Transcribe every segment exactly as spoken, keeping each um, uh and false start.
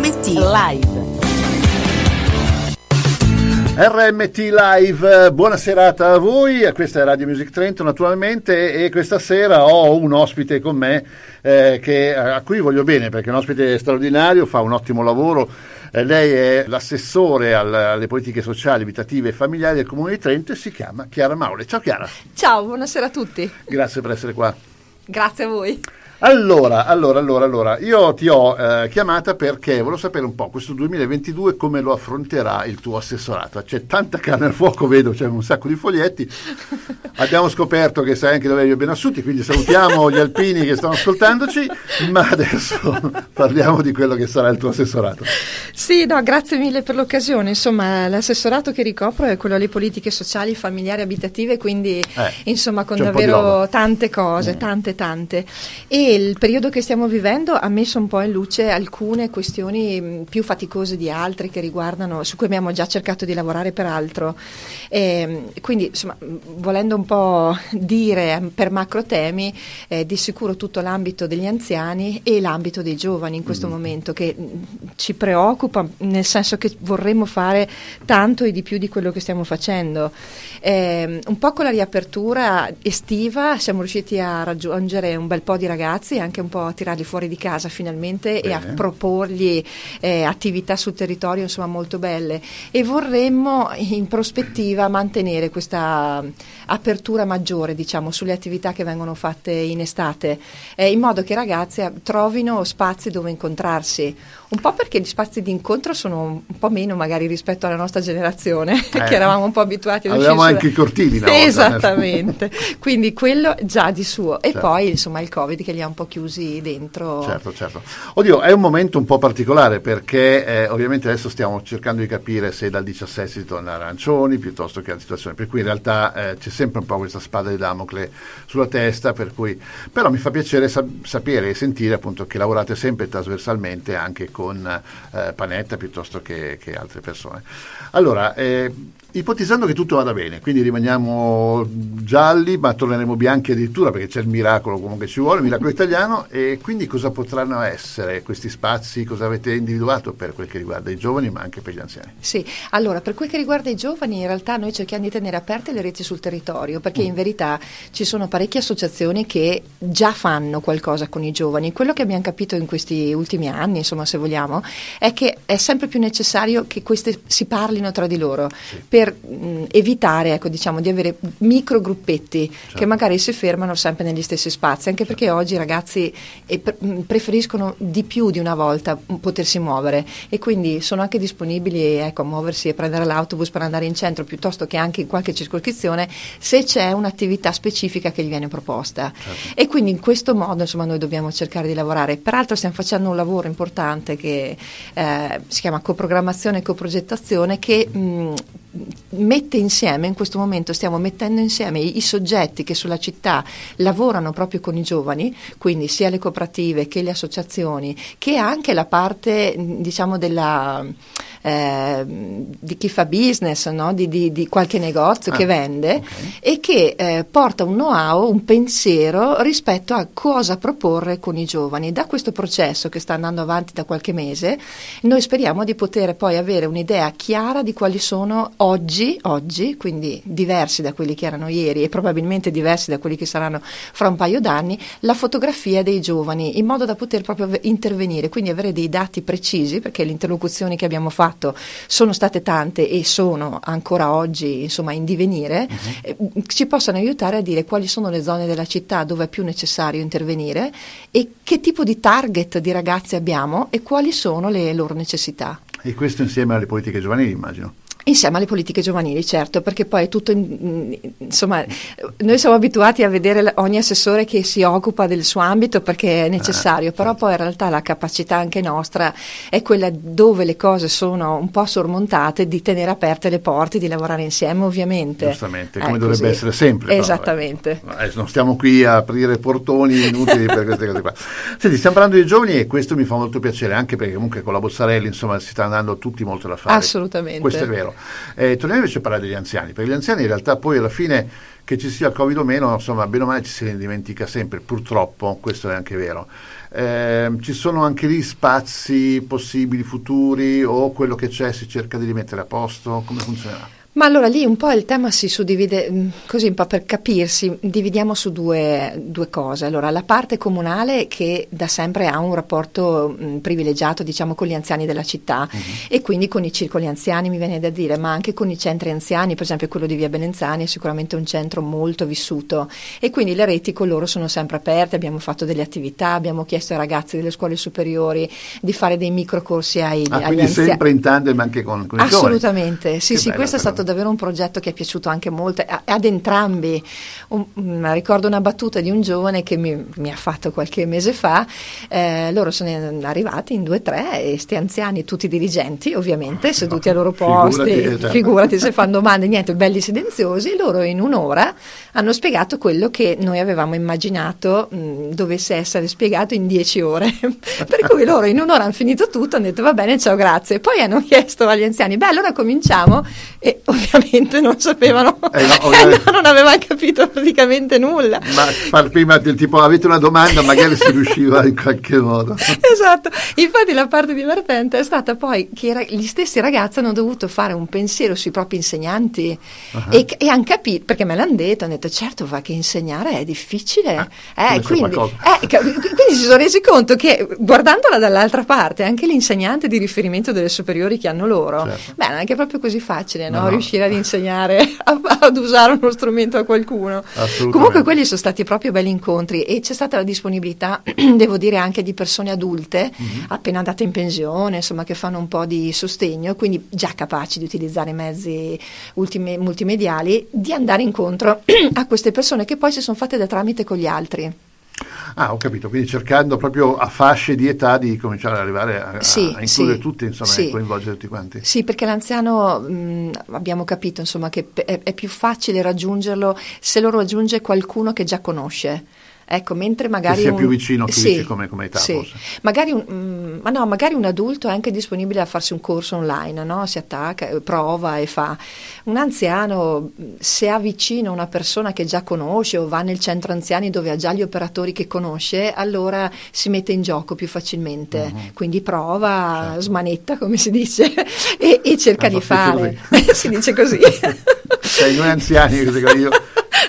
M T Live. R M T Live, buona serata a voi, questa è Radio Music Trento naturalmente, e questa sera ho un ospite con me eh, che, a cui voglio bene perché è un ospite straordinario, fa un ottimo lavoro. Eh, lei è l'assessore al, alle politiche sociali, abitative e familiari del Comune di Trento e si chiama Chiara Maule. Ciao Chiara. Ciao, buonasera a tutti. Grazie per essere qua. Grazie a voi. Allora, allora, allora, allora, io ti ho eh, chiamata perché volevo sapere un po' questo duemilaventidue come lo affronterà il tuo assessorato. C'è tanta carne al fuoco, vedo, c'è un sacco di foglietti. Abbiamo scoperto che sai anche dove li abbiamo assunti, quindi salutiamo gli alpini che stanno ascoltandoci, ma adesso parliamo di quello che sarà il tuo assessorato. Sì, no, grazie mille per l'occasione. Insomma, l'assessorato che ricopro è quello alle politiche sociali, familiari, abitative, quindi eh, insomma con davvero tante cose, mm. tante tante. E il periodo che stiamo vivendo ha messo un po' in luce alcune questioni più faticose di altre che riguardano, su cui abbiamo già cercato di lavorare peraltro. E quindi insomma, volendo un po' dire per macro temi, eh, di sicuro tutto l'ambito degli anziani e l'ambito dei giovani in questo mm. momento, che ci preoccupa, nel senso che vorremmo fare tanto e di più di quello che stiamo facendo. Eh, un po' con la riapertura estiva siamo riusciti a raggiungere un bel po' di ragazzi, anche un po' a tirarli fuori di casa finalmente. Bene. E a proporgli eh, attività sul territorio insomma molto belle, e vorremmo in prospettiva mantenere questa apertura maggiore diciamo sulle attività che vengono fatte in estate, eh, in modo che i ragazzi trovino spazi dove incontrarsi, un po' perché gli spazi di incontro sono un po' meno magari rispetto alla nostra generazione, eh, che eravamo un po' abituati ad uscire. Avevamo anche i cortili una volta. Esattamente, quindi quello già di suo, e certo. poi insomma il Covid che li ha un po' chiusi dentro. Certo, certo. Oddio, è un momento un po' particolare perché eh, ovviamente adesso stiamo cercando di capire se dal diciassette si torna arancioni piuttosto che la situazione, per cui in realtà eh, c'è sempre un po' questa spada di Damocle sulla testa, per cui però mi fa piacere sa- sapere e sentire appunto che lavorate sempre trasversalmente anche con eh, Panetta piuttosto che, che altre persone. Allora, eh, ipotizzando che tutto vada bene, quindi rimaniamo gialli ma torneremo bianchi addirittura, perché c'è il miracolo, comunque ci vuole, il miracolo italiano, e quindi cosa potranno essere questi spazi, cosa avete individuato per quel che riguarda i giovani ma anche per gli anziani? Sì, allora per quel che riguarda i giovani in realtà noi cerchiamo di tenere aperte le reti sul territorio, perché mm. in verità ci sono parecchie associazioni che già fanno qualcosa con i giovani. Quello che abbiamo capito in questi ultimi anni, insomma se vogliamo, è che è sempre più necessario che queste si parlino tra di loro, sì. per mh, evitare ecco, diciamo, di avere micro gruppetti, certo. che magari si fermano sempre negli stessi spazi, anche certo. perché oggi i ragazzi eh, pre- preferiscono di più di una volta potersi muovere, e quindi sono anche disponibili ecco, a muoversi e prendere l'autobus per andare in centro piuttosto che anche in qualche circoscrizione, se c'è un'attività specifica che gli viene proposta, certo. e quindi in questo modo insomma noi dobbiamo cercare di lavorare. Peraltro stiamo facendo un lavoro importante che eh, si chiama coprogrammazione e coprogettazione, che mh, mette insieme, in questo momento stiamo mettendo insieme i, i soggetti che sulla città lavorano proprio con i giovani, quindi sia le cooperative che le associazioni, che anche la parte diciamo della eh, di chi fa business, no? di, di, di qualche negozio ah, che vende, okay. e che eh, porta un know-how, un pensiero rispetto a cosa proporre con i giovani. Da questo processo che sta andando avanti da qualche mese, noi speriamo di poter poi avere un'idea chiara di quali sono oggi, oggi, quindi diversi da quelli che erano ieri e probabilmente diversi da quelli che saranno fra un paio d'anni, la fotografia dei giovani, in modo da poter proprio intervenire, quindi avere dei dati precisi, perché le interlocuzioni che abbiamo fatto sono state tante e sono ancora oggi insomma in divenire, uh-huh. eh, ci possano aiutare a dire quali sono le zone della città dove è più necessario intervenire e che tipo di target di ragazzi abbiamo e quali sono le loro necessità. E questo insieme alle politiche giovanili, immagino. Insieme alle politiche giovanili, certo, perché poi tutto, in, insomma, noi siamo abituati a vedere ogni assessore che si occupa del suo ambito perché è necessario, eh, però certo. poi in realtà la capacità anche nostra è quella, dove le cose sono un po' sormontate, di tenere aperte le porte, di lavorare insieme ovviamente. Giustamente, come eh, dovrebbe così. essere sempre. Esattamente. Però, eh, non stiamo qui a aprire portoni inutili per queste cose qua. Senti, stiamo parlando di giovani e questo mi fa molto piacere, anche perché comunque con la Bozzarelli insomma si sta andando tutti molto da fare. Assolutamente. Questo è vero. vero. Eh, torniamo invece a parlare degli anziani, perché gli anziani in realtà poi alla fine, che ci sia il Covid o meno, insomma, bene o male ci si dimentica sempre, purtroppo, questo è anche vero. Eh, ci sono anche lì spazi possibili, futuri, o quello che c'è si cerca di rimettere a posto? Come funziona? Ma allora lì un po' il tema si suddivide, così un po' per capirsi, dividiamo su due, due cose. Allora, la parte comunale, che da sempre ha un rapporto mh, privilegiato, diciamo, con gli anziani della città, uh-huh. e quindi con i circoli anziani, mi viene da dire, ma anche con i centri anziani, per esempio quello di Via Belenzani è sicuramente un centro molto vissuto, e quindi le reti con loro sono sempre aperte. Abbiamo fatto delle attività, abbiamo chiesto ai ragazzi delle scuole superiori di fare dei microcorsi ai, ah, agli quindi anziani. sempre in tandem anche con, con i giovani? Assolutamente, sì, che sì, bello, questo è stato davvero un progetto che è piaciuto anche molto ad entrambi. Un, um, ricordo una battuta di un giovane che mi, mi ha fatto qualche mese fa. Eh, loro sono arrivati in due o tre, e sti anziani tutti dirigenti ovviamente seduti no, ai loro posti, figurati, esatto. figurati se fanno domande, niente, belli silenziosi. Loro in un'ora hanno spiegato quello che noi avevamo immaginato mh, dovesse essere spiegato in dieci ore per cui loro in un'ora hanno finito tutto, hanno detto va bene, ciao, grazie. Poi hanno chiesto agli anziani, beh, allora cominciamo, e ovviamente non sapevano, eh no, ovviamente. non avevano capito praticamente nulla. Ma far prima del tipo, avete una domanda, magari si riusciva in qualche modo. Esatto, infatti la parte divertente è stata poi che gli stessi ragazzi hanno dovuto fare un pensiero sui propri insegnanti, uh-huh. e, e hanno capito, perché me l'hanno detto, hanno detto certo, va che insegnare è difficile, ah, eh, quindi, eh, quindi si sono resi conto che guardandola dall'altra parte anche l'insegnante di riferimento delle superiori che hanno loro, certo. beh, non è che è proprio così facile, no? No, riuscire ad insegnare a, ad usare uno strumento a qualcuno. Comunque quelli sono stati proprio belli incontri, e c'è stata la disponibilità, devo dire, anche di persone adulte mm-hmm. appena andate in pensione, insomma, che fanno un po' di sostegno, quindi già capaci di utilizzare mezzi ultime, multimediali, di andare incontro a queste persone che poi si sono fatte da tramite con gli altri. Ah, ho capito, quindi cercando proprio a fasce di età di cominciare ad arrivare a, sì, a includere sì, tutti, insomma, sì. e coinvolgere tutti quanti. Sì, perché l'anziano mh, abbiamo capito, insomma, che è, è più facile raggiungerlo se lo raggiunge qualcuno che già conosce. Ecco, mentre magari che sia un, più vicino, più sì, vicino come, come età, sì. forse. Magari un, mm, ma no, magari un adulto è anche disponibile a farsi un corso online, no? Si attacca, prova e fa. Un anziano, se ha vicino una persona che già conosce, o va nel centro anziani dove ha già gli operatori che conosce, allora si mette in gioco più facilmente. Uh-huh. Quindi prova, certo. smanetta, come si dice, e, e cerca ah, di fare. Si dice così. Sei noi anziani, così che io...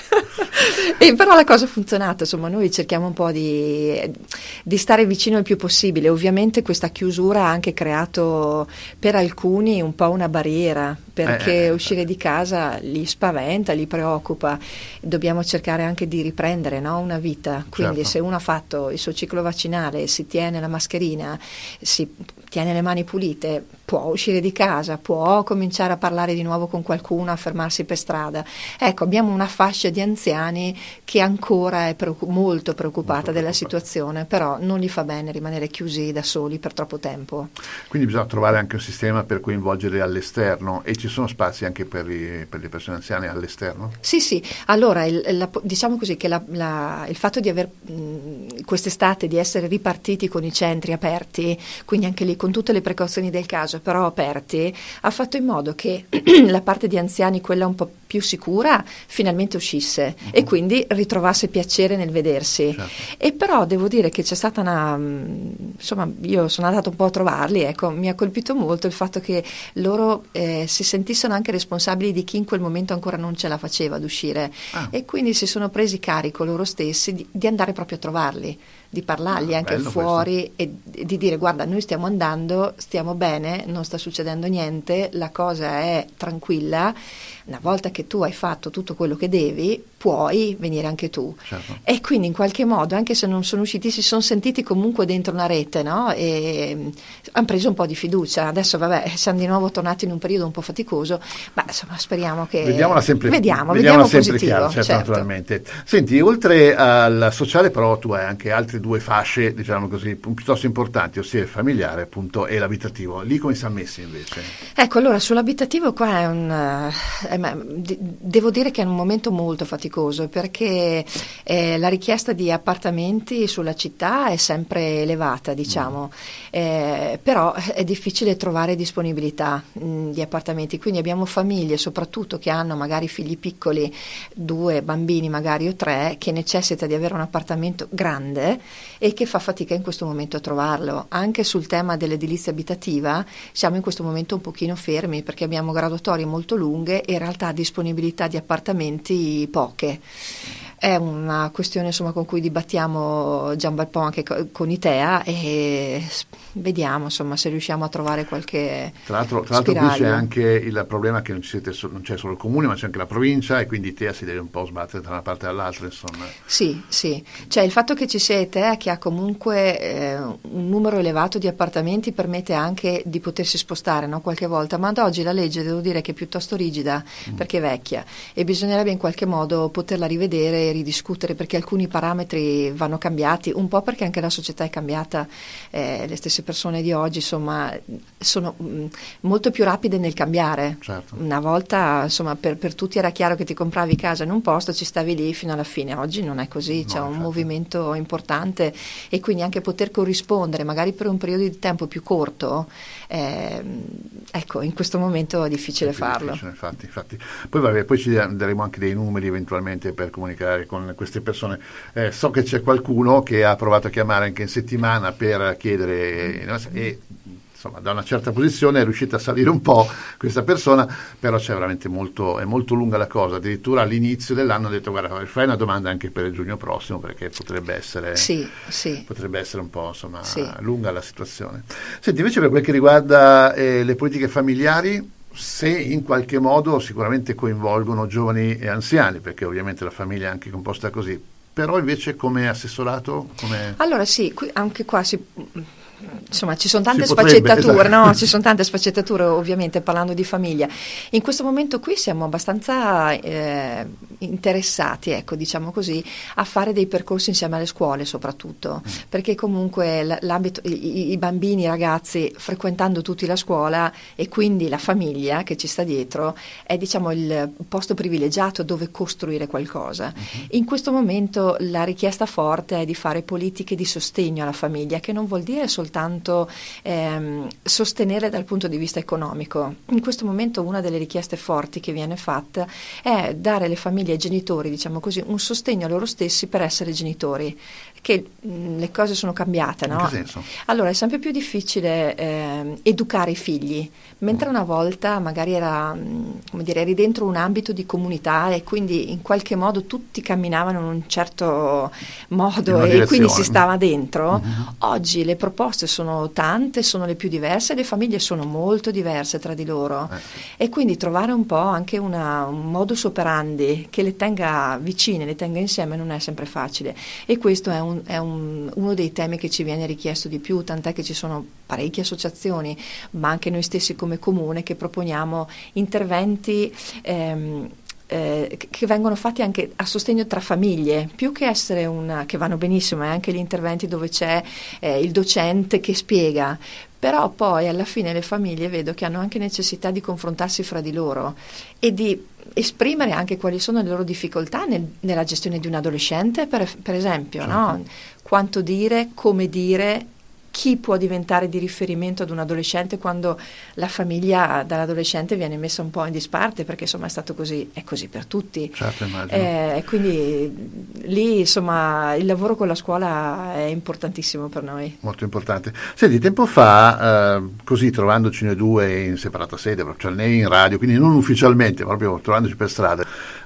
E però la cosa ha funzionato, insomma, noi cerchiamo un po' di, di stare vicino il più possibile. Ovviamente questa chiusura ha anche creato per alcuni un po' una barriera, perché eh, uscire eh. di casa li spaventa, li preoccupa. Dobbiamo cercare anche di riprendere, no? Una vita, quindi certo. se uno ha fatto il suo ciclo vaccinale, si tiene la mascherina, si tiene le mani pulite, può uscire di casa, può cominciare a parlare di nuovo con qualcuno, a fermarsi per strada. Ecco, abbiamo una fascia di anziani che ancora è preoccup- molto preoccupata molto della situazione, però non gli fa bene rimanere chiusi da soli per troppo tempo. Quindi bisogna trovare anche un sistema per coinvolgere all'esterno, e ci sono spazi anche per, i, per le persone anziane all'esterno? Sì, sì. Allora, il, la, diciamo così che la, la, il fatto di aver mh, quest'estate di essere ripartiti con i centri aperti, quindi anche lì con tutte le precauzioni del caso, però aperti, ha fatto in modo che la parte di anziani, quella un po' più sicura, finalmente uscisse uh-huh. e quindi ritrovasse piacere nel vedersi. Certo. E però devo dire che c'è stata una, insomma, io sono andata un po' a trovarli, ecco, mi ha colpito molto il fatto che loro eh, si sentissero anche responsabili di chi in quel momento ancora non ce la faceva ad uscire, ah. e quindi si sono presi carico loro stessi di, di andare proprio a trovarli, di parlargli ah, anche fuori questo. E di dire guarda, noi stiamo andando, stiamo bene, non sta succedendo niente, la cosa è tranquilla, una volta che tu hai fatto tutto quello che devi puoi venire anche tu. Certo. E quindi in qualche modo, anche se non sono usciti, si sono sentiti comunque dentro una rete, no? E hanno preso un po' di fiducia. Adesso vabbè, siamo di nuovo tornati in un periodo un po' faticoso, ma insomma speriamo che vediamola sempre, vediamo, vediamo vediamo sempre positivo, chiaro, certo, certo. naturalmente. Senti, oltre al sociale però tu hai anche altre due fasce, diciamo così, piuttosto importanti, ossia il familiare appunto e l'abitativo. Lì come siamo messi invece? Ecco, allora sull'abitativo qua è un eh, è, devo dire che è un momento molto faticoso, faticoso perché eh, la richiesta di appartamenti sulla città è sempre elevata, diciamo, eh, però è difficile trovare disponibilità mh, di appartamenti, quindi abbiamo famiglie soprattutto che hanno magari figli piccoli, due bambini magari o tre, che necessita di avere un appartamento grande e che fa fatica in questo momento a trovarlo. Anche sul tema dell'edilizia abitativa siamo in questo momento un pochino fermi perché abbiamo graduatorie molto lunghe e in realtà disponibilità di appartamenti poche. È una questione insomma con cui dibattiamo già un bel po' anche con I T E A e vediamo insomma se riusciamo a trovare qualche tra l'altro, tra l'altro qui spiraglio. c'è anche il problema che non, ci siete, non c'è solo il comune ma c'è anche la provincia e quindi I T E A si deve un po' sbattere tra una parte e l'altra, insomma. Sì, sì, cioè il fatto che ci sia I T E A che ha comunque eh, un numero elevato di appartamenti permette anche di potersi spostare, no? Qualche volta, ma ad oggi la legge devo dire che è piuttosto rigida mm. perché è vecchia e bisognerebbe in qualche modo poterla rivedere e ridiscutere perché alcuni parametri vanno cambiati, un po' perché anche la società è cambiata, eh, le stesse persone di oggi insomma sono mh, molto più rapide nel cambiare. Certo. Una volta insomma per, per tutti era chiaro che ti compravi casa in un posto, ci stavi lì fino alla fine, oggi non è così, c'è no, un movimento importante e quindi anche poter corrispondere magari per un periodo di tempo più corto, eh, ecco in questo momento è difficile è farlo. Difficile, infatti, infatti. Poi, vabbè, poi ci daremo anche dei numeri eventualmente per comunicare con queste persone. Eh, so che c'è qualcuno che ha provato a chiamare anche in settimana per chiedere e insomma da una certa posizione è riuscita a salire un po' questa persona, però c'è veramente molto, è molto lunga la cosa, addirittura all'inizio dell'anno ha detto guarda fai una domanda anche per il giugno prossimo perché potrebbe essere, sì, sì. potrebbe essere un po' insomma sì. lunga la situazione. Senti, invece per quel che riguarda eh, le politiche familiari, se in qualche modo sicuramente coinvolgono giovani e anziani, perché ovviamente la famiglia è anche composta così, però invece come assessorato? Come... Allora sì, qui, anche qua si... Insomma, ci sono tante si potrebbe, sfaccettature, esatto. no? Ci sono tante sfaccettature, ovviamente, parlando di famiglia. In questo momento qui siamo abbastanza eh, interessati, ecco, diciamo così, a fare dei percorsi insieme alle scuole, soprattutto, mm. perché comunque l'ambito, i, i bambini, i ragazzi, frequentando tutti la scuola e quindi la famiglia che ci sta dietro, è diciamo il posto privilegiato dove costruire qualcosa. Mm-hmm. In questo momento la richiesta forte è di fare politiche di sostegno alla famiglia, che non vuol dire soltanto soltanto ehm, sostenere dal punto di vista economico. In questo momento una delle richieste forti che viene fatta è dare alle famiglie e ai genitori, diciamo così, un sostegno a loro stessi per essere genitori, che mh, le cose sono cambiate, no? In che senso? Allora è sempre più difficile eh, educare i figli, mentre una volta magari era, mh, come dire, eri dentro un ambito di comunità e quindi in qualche modo tutti camminavano in un certo modo e quindi si stava dentro. Mm-hmm. Oggi le proposte sono tante, sono le più diverse, le famiglie sono molto diverse tra di loro eh. e quindi trovare un po' anche una, un modus operandi che le tenga vicine, le tenga insieme non è sempre facile e questo è, un, è un, uno dei temi che ci viene richiesto di più, tant'è che ci sono parecchie associazioni ma anche noi stessi come comune che proponiamo interventi ehm, Eh, che vengono fatti anche a sostegno tra famiglie, più che essere una, che vanno benissimo, eh, anche gli interventi dove c'è eh, il docente che spiega, però poi alla fine le famiglie vedo che hanno anche necessità di confrontarsi fra di loro e di esprimere anche quali sono le loro difficoltà nel, nella gestione di un adolescente, per, per esempio, certo. no? Quanto dire, come dire, chi può diventare di riferimento ad un adolescente quando la famiglia dall'adolescente viene messa un po' in disparte, perché insomma è stato così, è così per tutti. Certo, immagino. Eh, quindi lì insomma il lavoro con la scuola è importantissimo per noi. Molto importante. Senti, tempo fa, eh, così trovandoci noi due in separata sede, cioè né in radio, quindi non ufficialmente, ma proprio trovandoci per strada,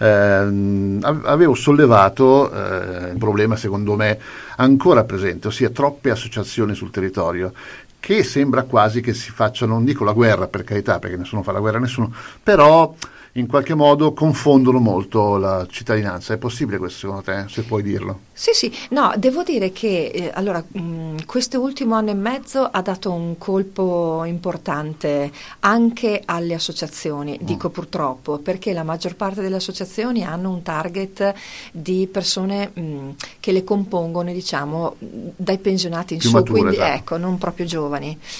eh, avevo sollevato eh, un problema secondo me ancora presente, ossia troppe associazioni sul territorio che sembra quasi che si facciano, non dico la guerra per carità perché nessuno fa la guerra a nessuno, però in qualche modo confondono molto la cittadinanza. È possibile questo secondo te, se puoi dirlo? Sì, sì, no, devo dire che eh, allora mh, questo ultimo anno e mezzo ha dato un colpo importante anche alle associazioni, mm. dico purtroppo, perché la maggior parte delle associazioni hanno un target di persone mh, che le compongono, diciamo, dai pensionati in più su, mature, quindi esatto. ecco, non proprio giovani.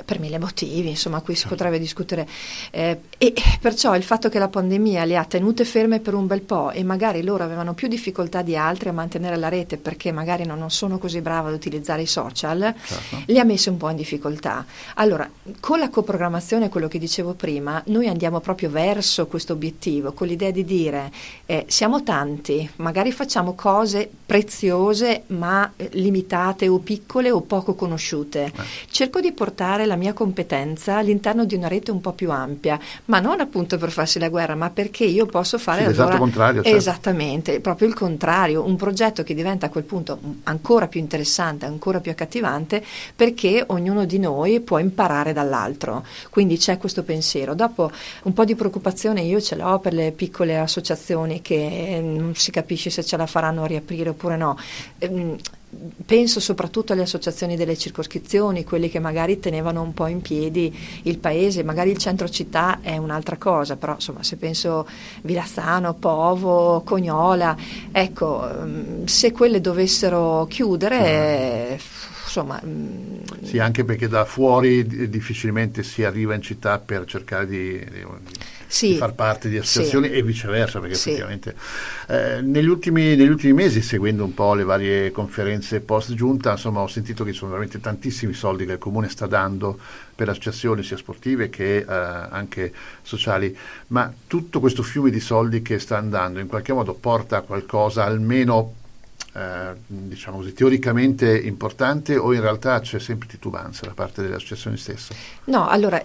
per mille motivi, insomma, qui si potrebbe discutere, eh, e perciò il fatto che la pandemia le ha tenute ferme per un bel po' e magari loro avevano più difficoltà di altri a mantenere la rete perché magari non, non sono così brave ad utilizzare i social, certo. Le ha messe un po' in difficoltà. Allora, con la coprogrammazione, quello che dicevo prima, noi andiamo proprio verso questo obiettivo, con l'idea di dire eh, siamo tanti, magari facciamo cose preziose ma eh, limitate o piccole o poco conosciute. Eh. Cerco di portare la mia competenza all'interno di una rete un po' più ampia, ma non appunto per farsi la guerra, ma perché io posso fare... Sì, l'esatto allora, contrario. Certo. Esattamente, proprio il contrario, un progetto che diventa a quel punto ancora più interessante, ancora più accattivante, perché ognuno di noi può imparare dall'altro. Quindi c'è questo pensiero. Dopo un po' di preoccupazione io ce l'ho per le piccole associazioni che non si capisce se ce la faranno a riaprire oppure no. Ehm, Penso soprattutto alle associazioni delle circoscrizioni, quelli che magari tenevano un po' in piedi il paese, magari il centro città è un'altra cosa, però insomma se penso Vilassano, Povo, Cognola, ecco, se quelle dovessero chiudere... Eh, insomma, sì, anche perché da fuori difficilmente si arriva in città per cercare di, di, sì, di far parte di associazioni, sì, e viceversa, perché sì, effettivamente eh, negli ultimi negli ultimi mesi, seguendo un po' le varie conferenze post giunta, insomma ho sentito che ci sono veramente tantissimi soldi che il comune sta dando per associazioni sia sportive che eh, anche sociali, ma tutto questo fiume di soldi che sta andando in qualche modo porta a qualcosa almeno Eh, diciamo così, teoricamente importante, o in realtà c'è sempre titubanza da parte delle associazioni stesse? No, allora,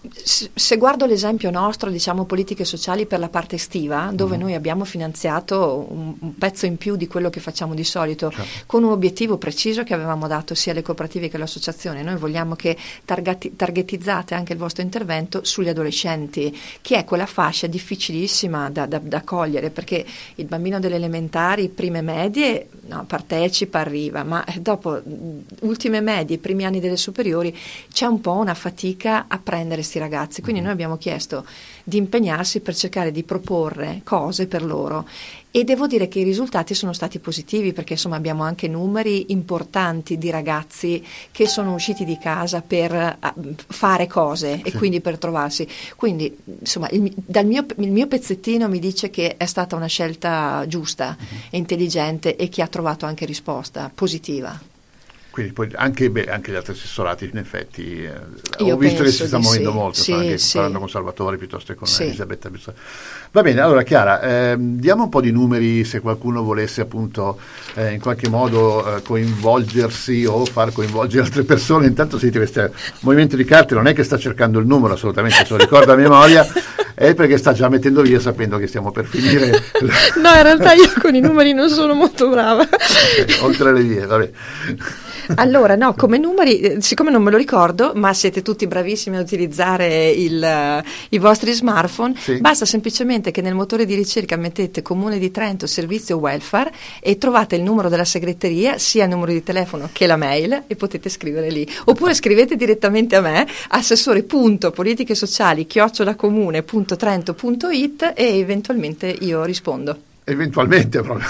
se guardo l'esempio nostro, diciamo politiche sociali per la parte estiva, dove mm-hmm. noi abbiamo finanziato un, un pezzo in più di quello che facciamo di solito, certo, con un obiettivo preciso che avevamo dato sia alle cooperative che alle associazioni. Noi vogliamo che targati, targetizzate anche il vostro intervento sugli adolescenti, che è quella fascia difficilissima da, da, da cogliere, perché il bambino delle elementari, prime medie, no, partecipa, arriva, ma dopo ultime medie, primi anni delle superiori c'è un po' una fatica a prendere sti ragazzi, quindi noi abbiamo chiesto di impegnarsi per cercare di proporre cose per loro, e devo dire che i risultati sono stati positivi, perché insomma abbiamo anche numeri importanti di ragazzi che sono usciti di casa per uh, fare cose, sì, e quindi per trovarsi, quindi insomma il, dal mio, il mio pezzettino mi dice che è stata una scelta giusta, uh-huh, e intelligente, e che ha trovato anche risposta positiva. Quindi poi anche, beh, anche gli altri assessorati, in effetti, eh, ho visto che si sta muovendo sì, molto, sì, anche sì, parlando con Salvatore piuttosto che con sì, Elisabetta. Va bene, allora Chiara, eh, diamo un po' di numeri se qualcuno volesse appunto eh, in qualche modo eh, coinvolgersi o far coinvolgere altre persone. Intanto senti, questo movimento di carte non è che sta cercando il numero, assolutamente, se lo ricorda a memoria, è perché sta già mettendo via sapendo che stiamo per finire. No, in realtà io con i numeri non sono molto brava. Okay, oltre le vie, vabbè. Allora, no, come numeri, siccome non me lo ricordo, ma siete tutti bravissimi a utilizzare il, uh, i vostri smartphone, sì, basta semplicemente che nel motore di ricerca mettete Comune di Trento Servizio Welfare e trovate il numero della segreteria, sia il numero di telefono che la mail, e potete scrivere lì. Oppure scrivete direttamente a me, assessore punto politiche sociali chiocciolacomune punto trento punto it, e eventualmente io rispondo. Eventualmente proprio.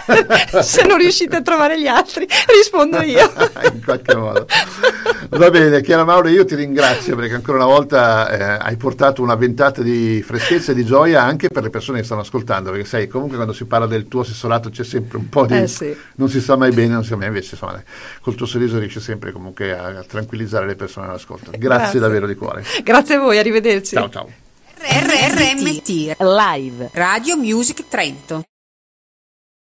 Se non riuscite a trovare gli altri, rispondo io. In qualche modo. Va bene, Chiara Mauro, io ti ringrazio perché ancora una volta eh, hai portato una ventata di freschezza e di gioia anche per le persone che stanno ascoltando, perché sai, comunque quando si parla del tuo assessorato c'è sempre un po' di... Eh sì. Non si sa mai bene, non si sa mai, invece insomma, col tuo sorriso riesci sempre comunque a, a tranquillizzare le persone all'ascolto. Grazie, Grazie davvero di cuore. Grazie a voi, arrivederci. Ciao ciao. R R M T Live Radio Music Trento.